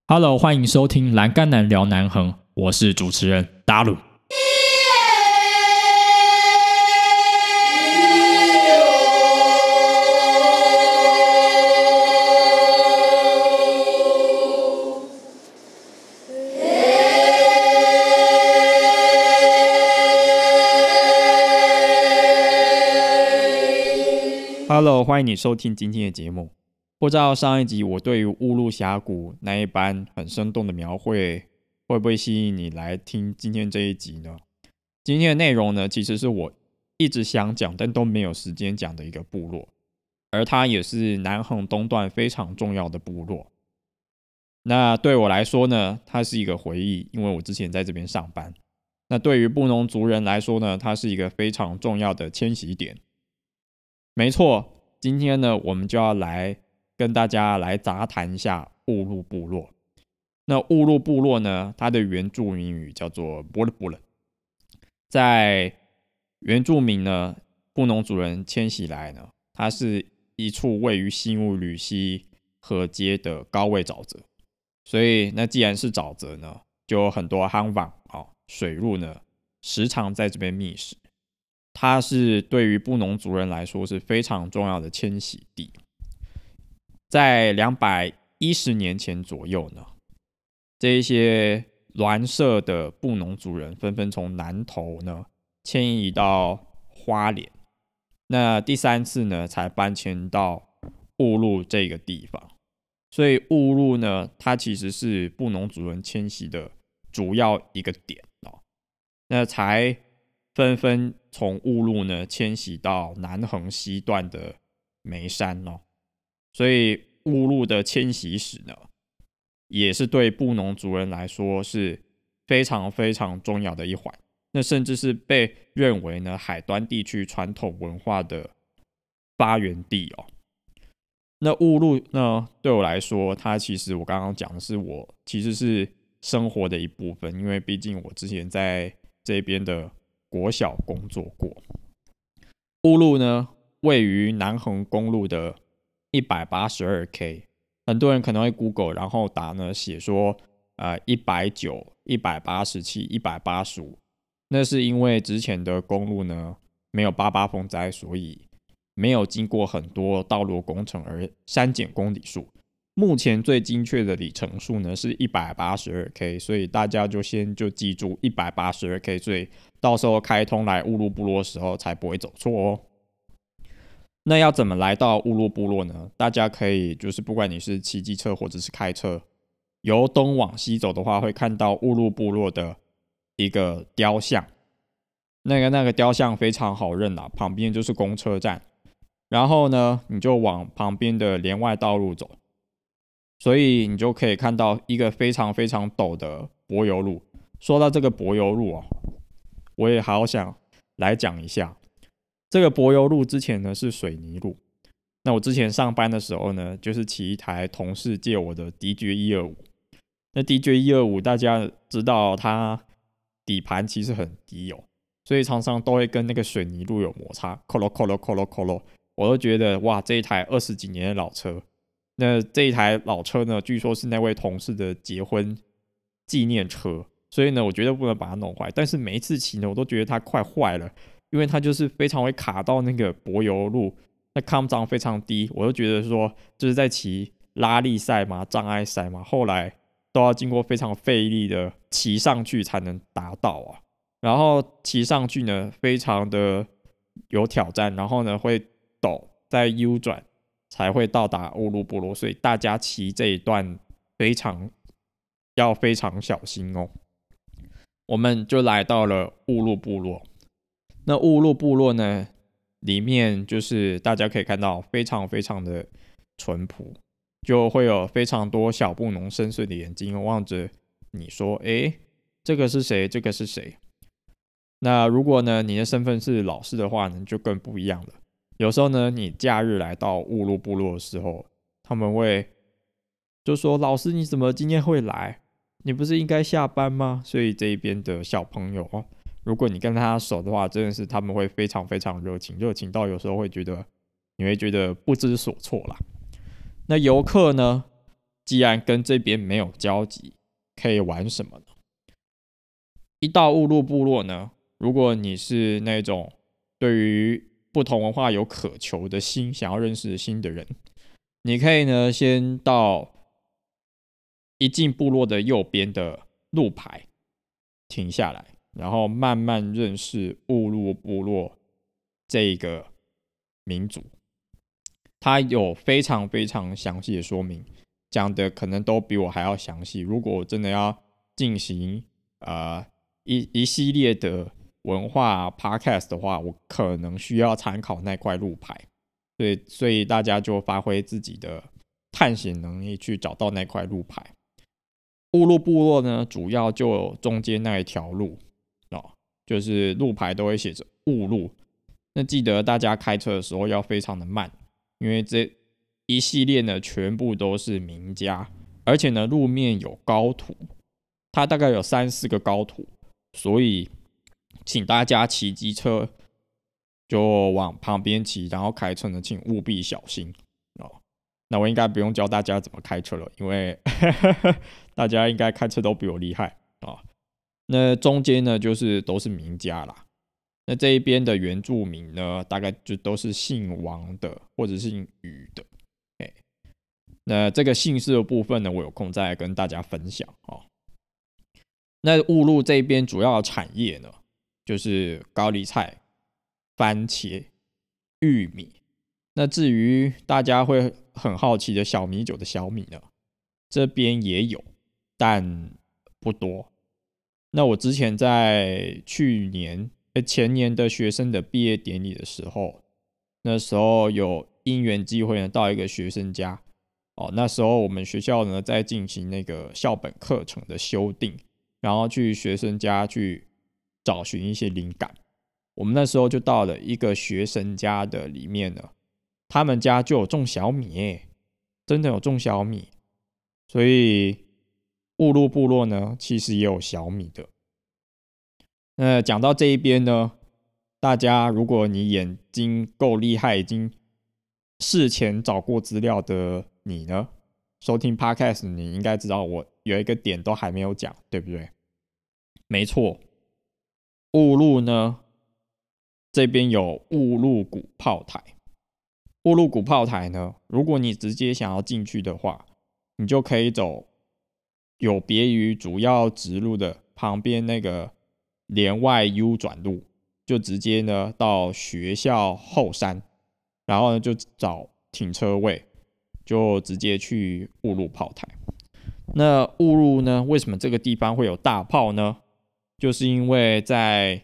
Hello，欢迎收听栏杆男聊南横，我是主持人达鲁。Hello， 欢迎你收听今天的节目。不知道上一集我对于乌鲁峡谷那一般很生动的描绘，会不会吸引你来听今天这一集呢？今天的内容呢，其实是我一直想讲但都没有时间讲的一个部落，而它也是南横东段非常重要的部落。那对我来说呢，它是一个回忆，因为我之前在这边上班。那对于布农族人来说呢，它是一个非常重要的迁徙点。没错，今天呢，我们就要来跟大家来杂谈一下乌鲁部落。那乌鲁部落呢，它的原住民语叫做波勒波勒。在原住民呢，布农族人迁徙来呢，它是一处位于新乌吕溪河街的高位沼泽。所以，那既然是沼泽呢，就有很多夯网水路呢，时常在这边觅食。它是对于布农族人来说是非常重要的迁徙地。在210年前左右呢，这一些峦社的布农族人纷纷从南投呢迁移到花莲，那第三次呢才搬迁到乌鲁这个地方。所以乌鲁呢，它其实是布农族人迁徙的主要一个点那才纷纷从乌鲁呢迁徙到南横西段的梅山所以乌鲁的迁徙史呢，也是对布农族人来说是非常非常重要的一环。那甚至是被认为呢海端地区传统文化的发源地那乌鲁呢，对我来说，它其实我刚刚讲的是我其实是生活的一部分，因为毕竟我之前在这边的国小工作过。乌鲁呢，位于南横公路的182K， 很多人可能会 Google， 然后打呢写说190、187、185，那是因为之前的公路呢没有88风灾，所以没有经过很多道路工程而删减公里数。目前最精确的里程数呢是 182K， 所以大家就记住 182K， 所以到时候开通来乌鲁部落的时候才不会走错那要怎么来到乌鲁部落呢？大家可以就是不管你是骑机车或者是开车，由东往西走的话，会看到乌鲁部落的一个雕像。那个雕像非常好认旁边就是公车站。然后呢，你就往旁边的连外道路走，所以你就可以看到一个非常非常陡的柏油路。说到这个柏油路我也好想来讲一下。这个柏油路之前呢是水泥路。那我之前上班的时候呢，就是骑一台同事借我的 DJ125。那 DJ125 大家知道它底盘其实很低所以常常都会跟那个水泥路有摩擦，扣咯。我都觉得哇，这一台20几年的老车。那这一台老车呢，据说是那位同事的结婚纪念车，所以呢，我绝对不能把它弄坏。但是每一次骑呢，我都觉得它快坏了，因为它就是非常会卡到那个柏油路，那抗障非常低。我就觉得说，就是在骑拉力赛嘛、障碍赛嘛，后来都要经过非常费力的骑上去才能达到然后骑上去呢，非常的有挑战，然后呢会陡，再 U 转才会到达乌鲁部落，所以大家骑这一段要非常小心我们就来到了乌鲁部落。那乌鲁部落呢，里面就是大家可以看到非常非常的淳朴，就会有非常多小布农深邃的眼睛望着你说，这个是谁？这个是谁？那如果呢，你的身份是老师的话呢，就更不一样了。有时候呢，你假日来到乌鲁部落的时候，他们会就说：“老师，你怎么今天会来？你不是应该下班吗？”所以这一边的小朋友如果你跟他熟的话，真的是他们会非常非常热情到有时候你会觉得不知所措啦。那游客呢， 既然跟这边没有交集，可以玩什么呢？一到雾鹿部落呢，如果你是那种对于不同文化有渴求的心，想要认识新的人，你可以呢先到一进部落的右边的路牌停下来，然后慢慢认识雾鹿部落这个民族。它有非常非常详细的说明，讲的可能都比我还要详细。如果我真的要进行一系列的文化 podcast 的话，我可能需要参考那块路牌。所以大家就发挥自己的探险能力去找到那块路牌。雾鹿部落呢，主要就中间那一条路就是路牌都会写着雾鹿。那记得大家开车的时候要非常的慢，因为这一系列呢全部都是名家，而且呢路面有高土，它大概有3-4个高土，所以请大家骑机车就往旁边骑，然后开车呢请务必小心那我应该不用教大家怎么开车了，因为大家应该开车都比我厉害那中间呢就是都是名家啦。那这一边的原住民呢，大概就都是姓王的或者是姓余的。那这个姓氏的部分呢，我有空再跟大家分享那雾鹿这边主要的产业呢，就是高丽菜、番茄、玉米。那至于大家会很好奇的小米酒的小米呢，这边也有，但不多。那我之前在前年的学生的毕业典礼的时候，那时候有因缘机会呢到一个学生家那时候我们学校呢在进行那个校本课程的修订，然后去学生家去找寻一些灵感。我们那时候就到了一个学生家的里面呢，他们家就有种小米真的有种小米，所以雾鹿部落呢其实也有小米的。那讲到这一边呢，大家如果你眼睛够厉害，已经事前找过资料的你呢，收听 podcast 你应该知道我有一个点都还没有讲，对不对？没错，雾鹿呢这边有雾鹿古炮台。雾鹿古炮台呢，如果你直接想要进去的话，你就可以走有别于主要直路的旁边那个连外 U 转路，就直接呢到学校后山，然后呢就找停车位，就直接去雾鹿炮台。那雾鹿呢，为什么这个地方会有大炮呢？就是因为在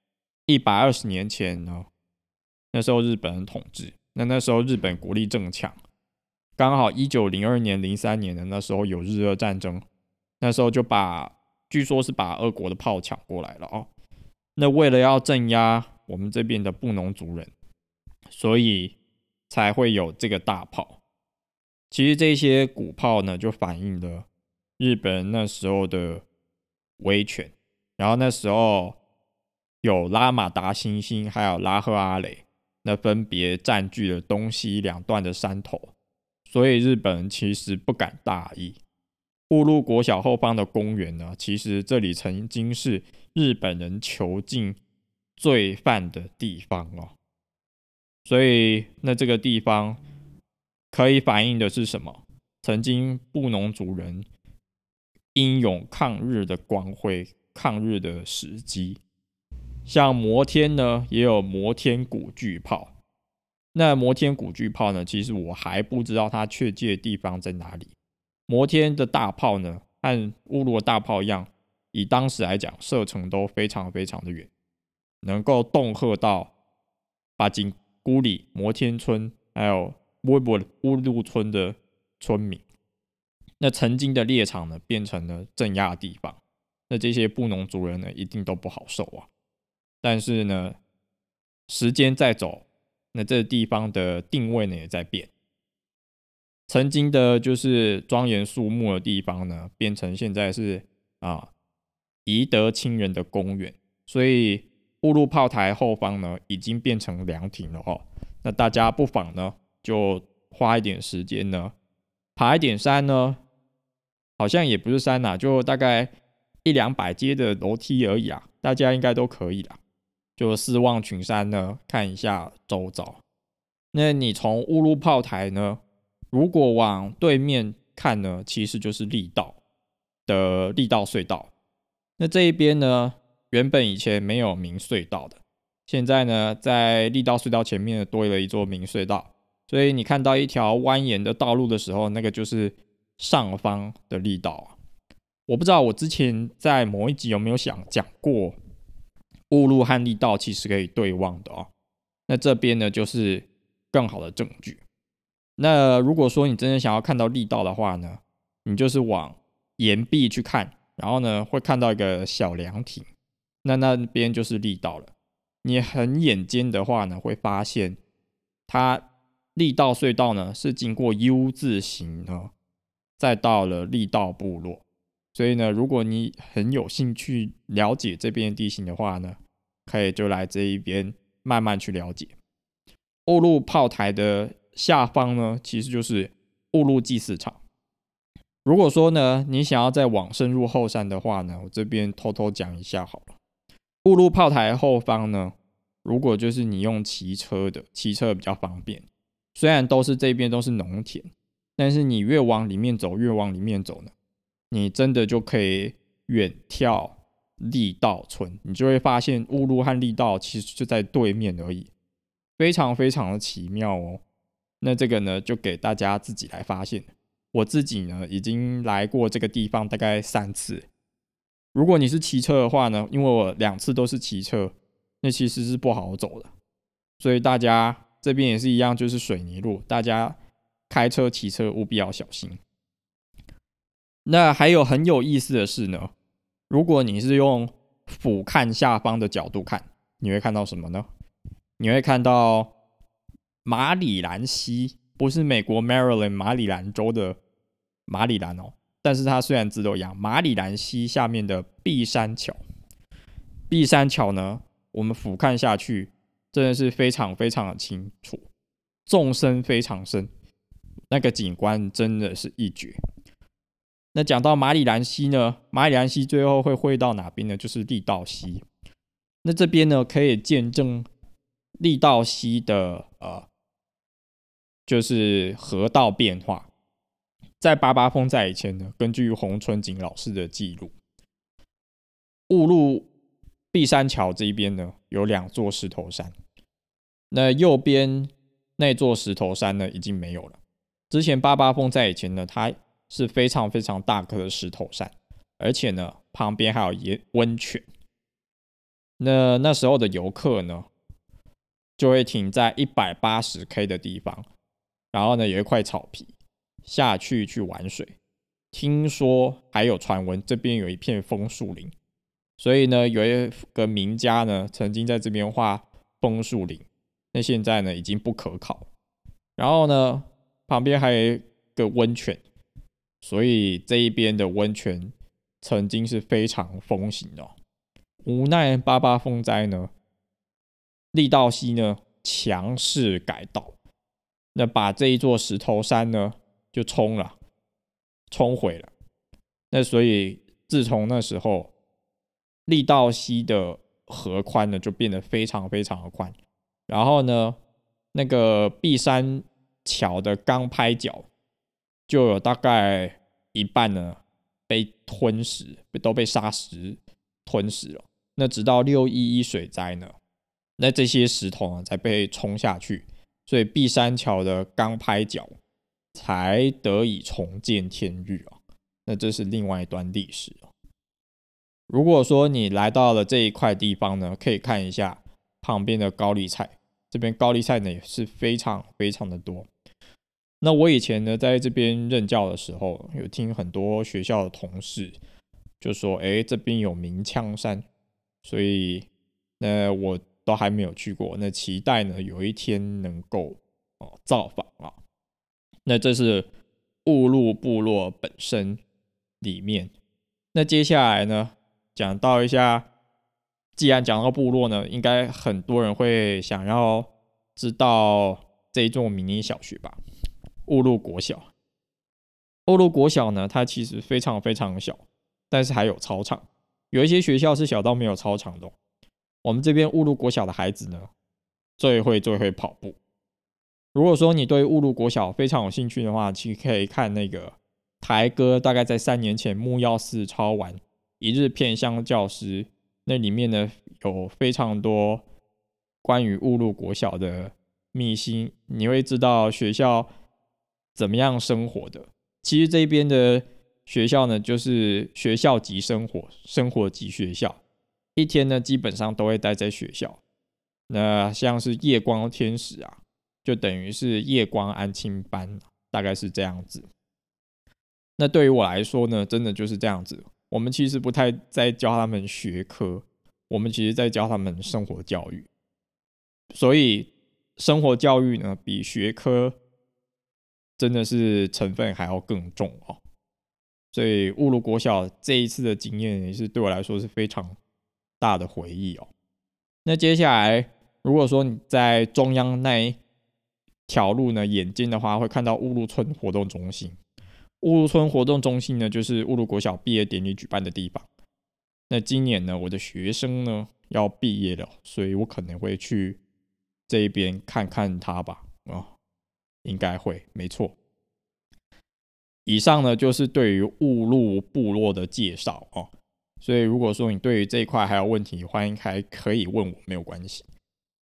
120年前呢，那时候日本人统治，那时候日本国力正强，刚好1902年、03年的那时候有日俄战争，那时候就据说是把俄国的炮抢过来了那为了要镇压我们这边的布农族人，所以才会有这个大炮。其实这些古炮呢，就反映了日本人那时候的威权。然后那时候有拉玛达星星还有拉赫阿雷，那分别占据了东西两段的山头，所以日本人其实不敢大意。雾鹿国小后方的公园呢，其实这里曾经是日本人囚禁罪犯的地方所以那这个地方可以反映的是什么？曾经布农族人英勇抗日的光辉，抗日的时机。像摩天呢，也有摩天古巨炮。那摩天古巨炮呢，其实我还不知道它确切的地方在哪里。摩天的大炮呢，和乌鲁的大炮一样，以当时来讲，射程都非常非常的远，能够恫吓到巴金古里、摩天村还有乌鲁村的村民。那曾经的猎场呢，变成了镇压的地方。那这些布农族人呢，一定都不好受但是呢，时间在走，那这个地方的定位呢也在变。曾经的就是庄严肃穆的地方呢，变成现在是宜得亲人的公园，所以雾鹿炮台后方呢已经变成凉亭了那大家不妨呢就花一点时间呢，爬一点山呢， 好像也不是山啊，就大概100-200阶的楼梯而已啊，大家应该都可以啦。就四望群山呢，看一下周遭。那你从乌路炮台呢，如果往对面看呢，其实就是力道的力道隧道。那这一边呢，原本以前没有明隧道的，现在呢，在力道隧道前面多了一座明隧道，所以你看到一条蜿蜒的道路的时候，那个就是上方的力道啊。我不知道我之前在某一集有没有讲过，雾路和力道其实可以对望的哦。那这边呢，就是更好的证据。那如果说你真的想要看到力道的话呢，你就是往岩壁去看，然后呢会看到一个小凉亭，那边就是力道了。你很眼尖的话呢，会发现它力道隧道呢是经过 U 字形呢，再到了力道部落。所以呢，如果你很有兴趣了解这边的地形的话呢，可以就来这一边慢慢去了解。雾路炮台的下方呢，其实就是雾路祭祀场。如果说呢，你想要再往深入后山的话呢，我这边偷偷讲一下好了。雾路炮台后方呢，如果就是你用骑车的，骑车比较方便。虽然这边都是农田，但是你越往里面走，呢，你真的就可以远眺力道村，你就会发现雾路和力道其实就在对面而已，非常非常的奇妙哦。那这个呢，就给大家自己来发现。我自己呢，已经来过这个地方大概3次。如果你是骑车的话呢，因为我2次都是骑车，那其实是不好走的。所以大家这边也是一样，就是水泥路，大家开车骑车务必要小心。那还有很有意思的是呢，如果你是用俯瞰下方的角度看，你会看到什么呢？你会看到马里兰溪，不是美国 Maryland 马里兰州的马里兰哦，但是它虽然字都一样，马里兰溪下面的碧山桥。碧山桥呢，我们俯瞰下去，真的是非常非常的清楚，纵深非常深，那个景观真的是一绝。那讲到马里兰溪呢，马里兰溪最后会汇到哪边呢？就是力道溪。那这边呢，可以见证力道溪的就是河道变化。在88风灾以前呢，根据洪春景老师的记录，雾路碧山桥这一边呢，有2座石头山。那右边那座石头山呢，已经没有了。之前88风灾以前呢，它是非常非常大颗的石头山，而且呢，旁边还有温泉。那时候的游客呢，就会停在180K 的地方，然后呢，有一块草皮下去玩水。听说还有传闻，这边有一片枫树林，所以呢，有一个名家呢，曾经在这边画枫树林，那现在呢，已经不可考。然后呢，旁边还有一个温泉。所以这一边的温泉曾经是非常风行的哦。无奈88风灾呢，力道溪呢强势改道，那把这一座石头山呢就冲毁了。那所以自从那时候，力道溪的河宽呢就变得非常非常的宽，然后呢，那个碧山桥的钢拍角就有大概一半呢被吞噬，都被沙石吞噬了。那直到611水灾呢，那这些石头呢才被冲下去，所以碧山桥的钢拍角才得以重见天日哦。那这是另外一段历史哦。如果说你来到了这一块地方呢，可以看一下旁边的高丽菜，这边高丽菜呢也是非常非常的多。那我以前呢，在这边任教的时候，有听很多学校的同事就说：“这边有鸣枪山，所以我都还没有去过。那期待呢，有一天能够造访啊。”那这是雾路部落本身里面。那接下来呢，讲到一下，既然讲到部落呢，应该很多人会想要知道这一座迷你小学吧。雾路国小。 欧陆国小呢，它其实非常非常小，但是还有操场，有一些学校是小到没有操场的。我们这边乌鲁国小的孩子呢，最会跑步。如果说你对乌鲁国小非常有兴趣的话，其实可以看那个台哥大概在3年前木曜4超完一日偏乡教师，那里面呢有非常多关于乌鲁国小的秘辛，你会知道学校怎么样生活的。其实这边的学校呢，就是学校级生活，生活级学校，一天呢基本上都会待在学校。那像是夜光天使啊，就等于是夜光安亲班，大概是这样子。那对于我来说呢，真的就是这样子。我们其实不太在教他们学科，我们其实在教他们生活教育。所以生活教育呢，比学科真的是成分还要更重哦。所以乌鲁国小这一次的经验也是对我来说是非常大的回忆哦。那接下来，如果说你在中央那一条路呢眼睛的话，会看到乌鲁村活动中心。乌鲁村活动中心呢，就是乌鲁国小毕业典礼举办的地方。那今年呢，我的学生呢要毕业了，所以我可能会去这一边看看他吧。应该会，没错。以上呢就是对于乌鲁部落的介绍哦。所以如果说你对于这一块还有问题，欢迎还可以问我，没有关系。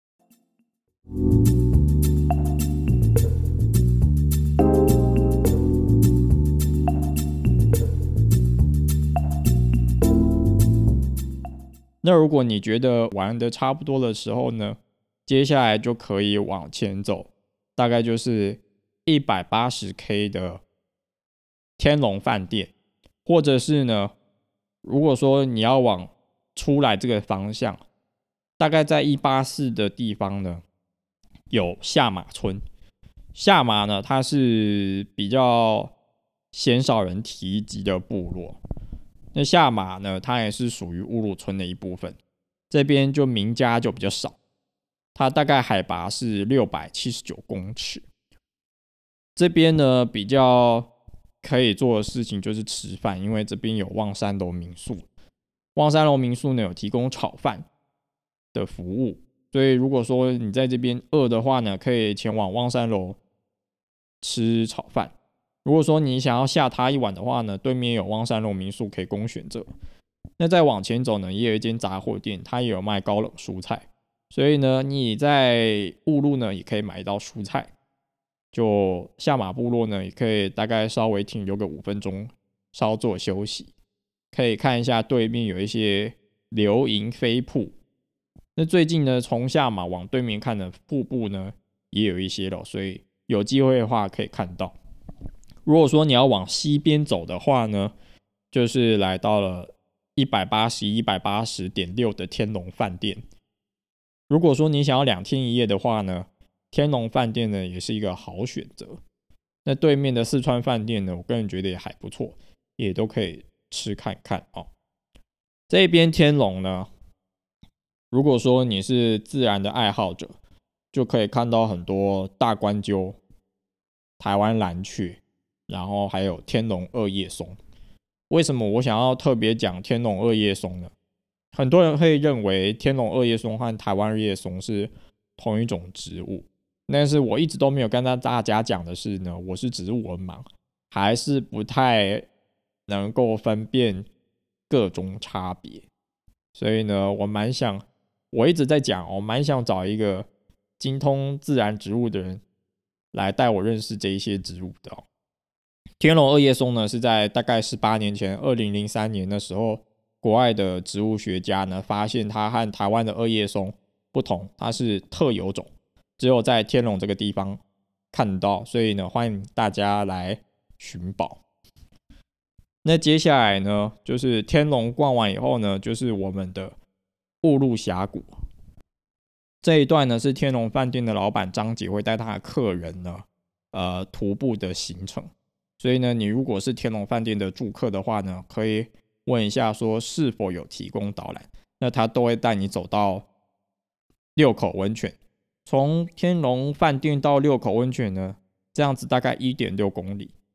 那如果你觉得玩的差不多的时候呢，接下来就可以往前走，大概就是180K 的天龙饭店，或者是呢，如果说你要往出来这个方向，大概在184的地方呢，有下马村。下马呢，它是比较鲜少人提及的部落。那下马呢，它也是属于乌鲁村的一部分，这边就民家就比较少，它大概海拔是679公尺。这边呢比较可以做的事情就是吃饭，因为这边有望山楼民宿，望山楼民宿呢有提供炒饭的服务，所以如果说你在这边饿的话呢，可以前往望山楼吃炒饭。如果说你想要下榻一晚的话呢，对面有望山楼民宿可以供选择。那再往前走呢，也有一间杂货店，它也有卖高冷蔬菜，所以呢，你在雾路呢也可以买到蔬菜。就下马部落呢，也可以大概稍微停留个5分钟，稍作休息。可以看一下对面有一些流萤飞瀑。那最近呢，从下马往对面看的瀑布呢，也有一些了，所以有机会的话可以看到。如果说你要往西边走的话呢，就是来到了180.6的天龙饭店。如果说你想要2天1夜的话呢，天龙饭店呢也是一个好选择。那对面的四川饭店呢，我个人觉得也还不错，也都可以吃看看哦。这边天龙呢，如果说你是自然的爱好者，就可以看到很多大冠鸠、台湾蓝雀，然后还有天龙二叶松。为什么我想要特别讲天龙二叶松呢？很多人会认为天龙二叶松和台湾二叶松是同一种植物，但是我一直都没有跟大家讲的是呢，我是植物文盲，还是不太能够分辨各种差别。所以呢，我一直在讲，我蛮想找一个精通自然植物的人来带我认识这一些植物的哦。天龙二叶松呢，是在大概18年前，2003年的时候，国外的植物学家呢发现它和台湾的二叶松不同，它是特有种，只有在天龙这个地方看到，所以呢，欢迎大家来寻宝。那接下来呢，就是天龙逛完以后呢，就是我们的雾鹿峡谷。这一段呢是天龙饭店的老板张姐会带他的客人呢，徒步的行程。所以呢，你如果是天龙饭店的住客的话呢，可以问一下说是否有提供导览，那他都会带你走到六口温泉。从天龙饭店到六口温泉呢，这样子大概1.6公里。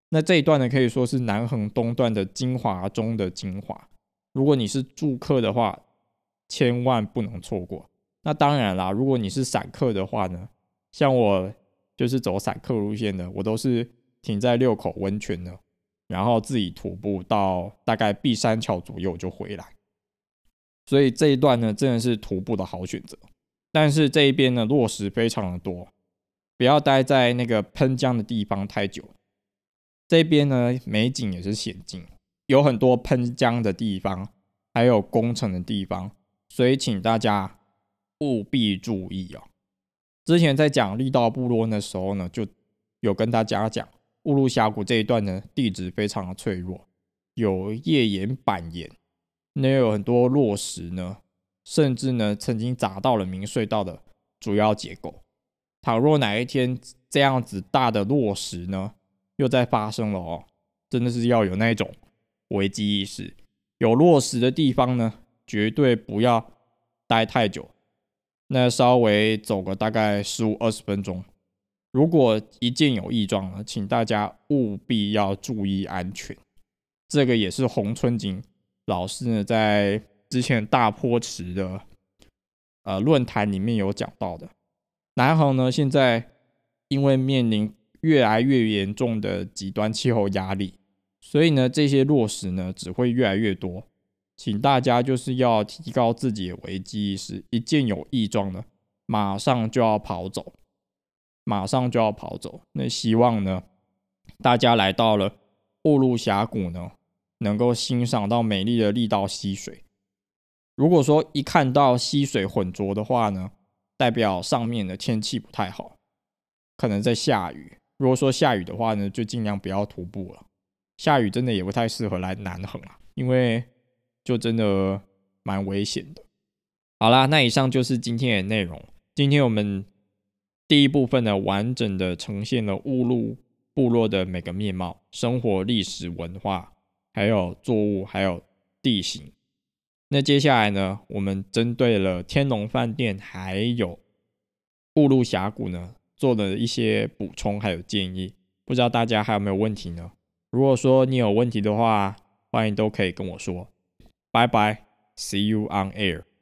那这一段呢，可以说是南横东段的精华中的精华。如果你是住客的话，千万不能错过。那当然啦，如果你是散客的话呢，像我就是走散客路线的，我都是停在六口温泉的，然后自己徒步到大概碧山桥左右就回来。所以这一段呢，真的是徒步的好选择。但是这一边呢，落石非常的多，不要待在那个喷浆的地方太久。这边呢，美景也是险境，有很多喷浆的地方，还有工程的地方，所以请大家务必注意哦。之前在讲力道部落的时候呢，就有跟大家讲雾鹿峡谷这一段呢，地质非常的脆弱，有页岩、板岩，那有很多落石呢，甚至呢曾经砸到了明隧道的主要结构。倘若哪一天这样子大的落石呢，又再发生了哦，真的是要有那种危机意识。有落石的地方呢，绝对不要待太久，那稍微走个大概15-20分钟。如果一见有异状呢，请大家务必要注意安全。这个也是洪春景老师呢在之前大坡池的论坛里面有讲到的。南横呢现在因为面临越来越严重的极端气候压力，所以呢这些落石呢只会越来越多。请大家就是要提高自己的危机意识，一见有异状呢，马上就要跑走，马上就要跑走。那希望呢，大家来到了雾鹿峡谷呢，能够欣赏到美丽的力道溪水。如果说一看到溪水浑浊的话呢，代表上面的天气不太好，可能在下雨。如果说下雨的话呢，就尽量不要徒步了。下雨真的也不太适合来南横啊，因为就真的蛮危险的。好啦，那以上就是今天的内容。今天我们第一部分呢，完整的呈现了雾鹿部落的每个面貌、生活、历史、文化，还有作物，还有地形。那接下来呢，我们针对了天龙饭店还有雾鹿峡谷呢，做了一些补充还有建议。不知道大家还有没有问题呢？如果说你有问题的话，欢迎都可以跟我说。拜拜 ，See you on air。